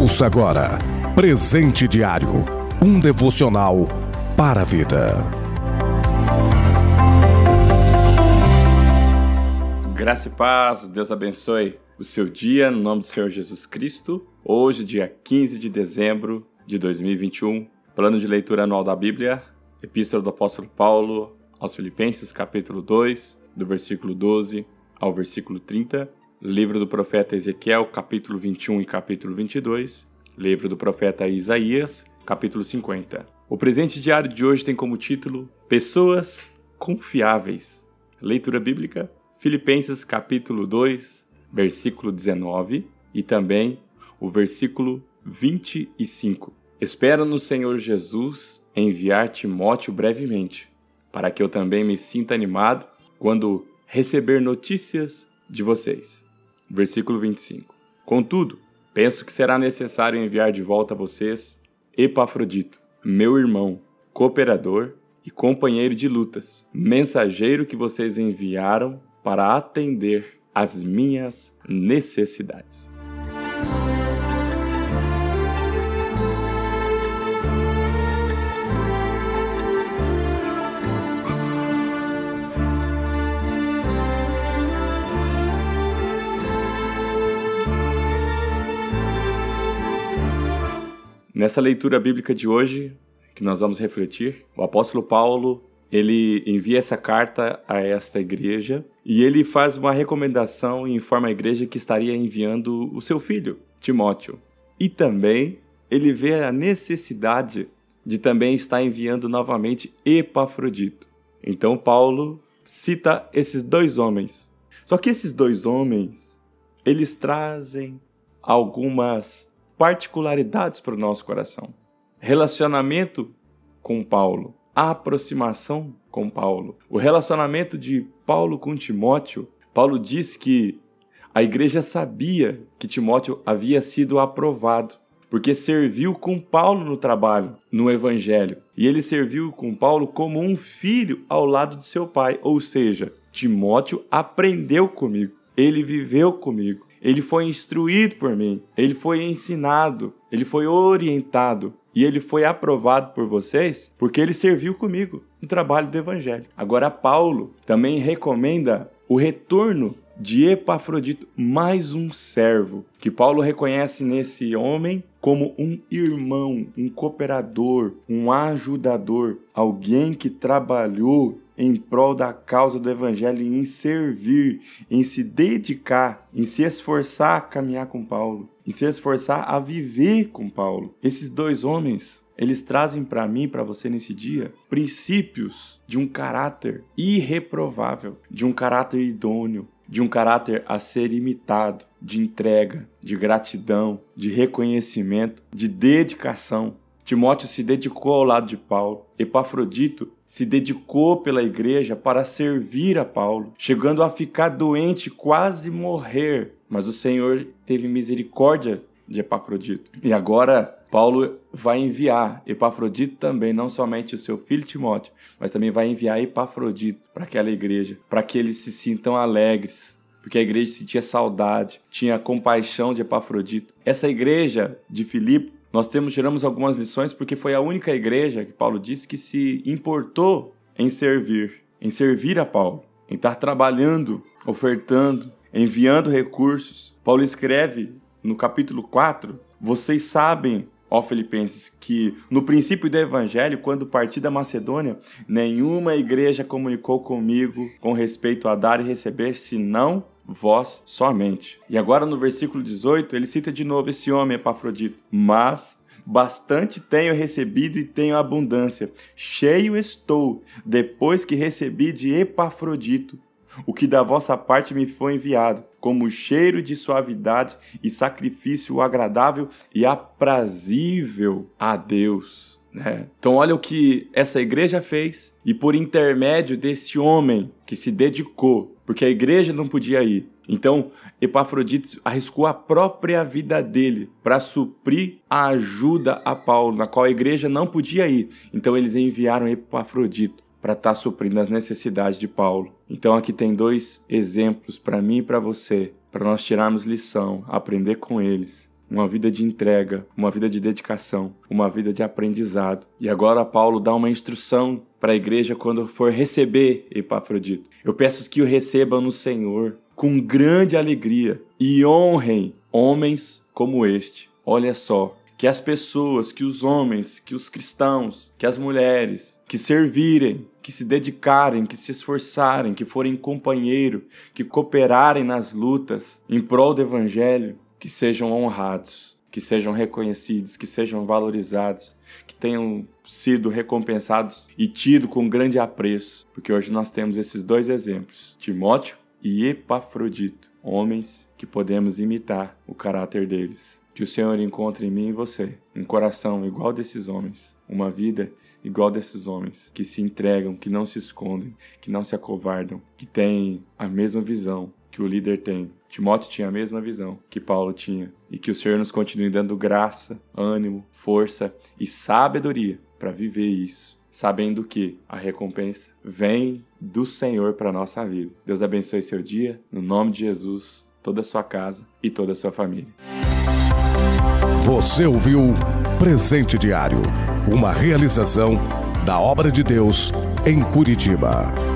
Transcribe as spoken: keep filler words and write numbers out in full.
Ouça agora Presente Diário, um devocional para a vida. Graça e paz, Deus abençoe o seu dia, no nome do Senhor Jesus Cristo. Hoje, dia quinze de dezembro de dois mil e vinte e um, plano de leitura anual da Bíblia, Epístola do Apóstolo Paulo aos Filipenses, capítulo dois, do versículo doze ao versículo trinta, livro do profeta Ezequiel, capítulo vinte e um e capítulo vinte e dois, livro do profeta Isaías, capítulo cinquenta. O presente diário de hoje tem como título Pessoas Confiáveis. Leitura bíblica, Filipenses, capítulo dois, versículo dezenove e também o versículo vinte e cinco. Espero no Senhor Jesus enviar Timóteo brevemente, para que eu também me sinta animado quando receber notícias de vocês. Versículo vinte e cinco. Contudo, penso que será necessário enviar de volta a vocês Epafrodito, meu irmão, cooperador e companheiro de lutas, mensageiro que vocês enviaram para atender às minhas necessidades. Nessa leitura bíblica de hoje, que nós vamos refletir, o apóstolo Paulo, ele envia essa carta a esta igreja e ele faz uma recomendação e informa a igreja que estaria enviando o seu filho, Timóteo. E também ele vê a necessidade de também estar enviando novamente Epafrodito. Então Paulo cita esses dois homens. Só que esses dois homens, eles trazem algumas particularidades para o nosso coração. Relacionamento com Paulo, a aproximação com Paulo. O relacionamento de Paulo com Timóteo, Paulo diz que a igreja sabia que Timóteo havia sido aprovado, porque serviu com Paulo no trabalho, no evangelho. E ele serviu com Paulo como um filho ao lado de seu pai, ou seja, Timóteo aprendeu comigo, ele viveu comigo. Ele foi instruído por mim, ele foi ensinado, ele foi orientado e ele foi aprovado por vocês porque ele serviu comigo no trabalho do evangelho. Agora Paulo também recomenda o retorno de Epafrodito, mais um servo, que Paulo reconhece nesse homem como um irmão, um cooperador, um ajudador, alguém que trabalhou em prol da causa do evangelho, em servir, em se dedicar, em se esforçar a caminhar com Paulo, em se esforçar a viver com Paulo. Esses dois homens, eles trazem para mim e para você nesse dia princípios de um caráter irreprovável, de um caráter idôneo, de um caráter a ser imitado, de entrega, de gratidão, de reconhecimento, de dedicação. Timóteo se dedicou ao lado de Paulo. Epafrodito se dedicou pela igreja para servir a Paulo, chegando a ficar doente, quase morrer. Mas o Senhor teve misericórdia de Epafrodito. E agora Paulo vai enviar Epafrodito também, não somente o seu filho Timóteo, mas também vai enviar Epafrodito para aquela igreja, para que eles se sintam alegres, porque a igreja sentia saudade, tinha compaixão de Epafrodito. Essa igreja de Filipe, nós temos, tiramos algumas lições, porque foi a única igreja que Paulo disse que se importou em servir, em servir a Paulo, em estar trabalhando, ofertando, enviando recursos. Paulo escreve no capítulo quatro, vocês sabem, ó Filipenses, que no princípio do evangelho, quando parti da Macedônia, nenhuma igreja comunicou comigo com respeito a dar e receber, senão vós somente. E agora no versículo dezoito, ele cita de novo esse homem Epafrodito. Mas bastante tenho recebido e tenho abundância. Cheio estou, depois que recebi de Epafrodito o que da vossa parte me foi enviado, como cheiro de suavidade e sacrifício agradável e aprazível a Deus. Né? Então olha o que essa igreja fez, e por intermédio desse homem que se dedicou, porque a igreja não podia ir. Então Epafrodito arriscou a própria vida dele para suprir a ajuda a Paulo, na qual a igreja não podia ir. Então eles enviaram Epafrodito para estar suprindo as necessidades de Paulo. Então aqui tem dois exemplos para mim e para você, para nós tirarmos lição, aprender com eles, uma vida de entrega, uma vida de dedicação, uma vida de aprendizado. E agora Paulo dá uma instrução para a igreja quando for receber Epafrodito. Eu peço que o recebam no Senhor com grande alegria e honrem homens como este. Olha só, que as pessoas, que os homens, que os cristãos, que as mulheres, que servirem, que se dedicarem, que se esforçarem, que forem companheiro, que cooperarem nas lutas em prol do evangelho, que sejam honrados, que sejam reconhecidos, que sejam valorizados, que tenham sido recompensados e tido com grande apreço, porque hoje nós temos esses dois exemplos, Timóteo e Epafrodito, homens que podemos imitar o caráter deles. Que o Senhor encontre em mim e você um coração igual desses homens, uma vida igual desses homens, que se entregam, que não se escondem, que não se acovardam, que têm a mesma visão que o líder tem. Timóteo tinha a mesma visão que Paulo tinha, e que o Senhor nos continue dando graça, ânimo, força e sabedoria para viver isso, sabendo que a recompensa vem do Senhor para a nossa vida. Deus abençoe seu dia, no nome de Jesus, toda a sua casa e toda a sua família. Você ouviu Presente Diário, uma realização da Obra de Deus em Curitiba.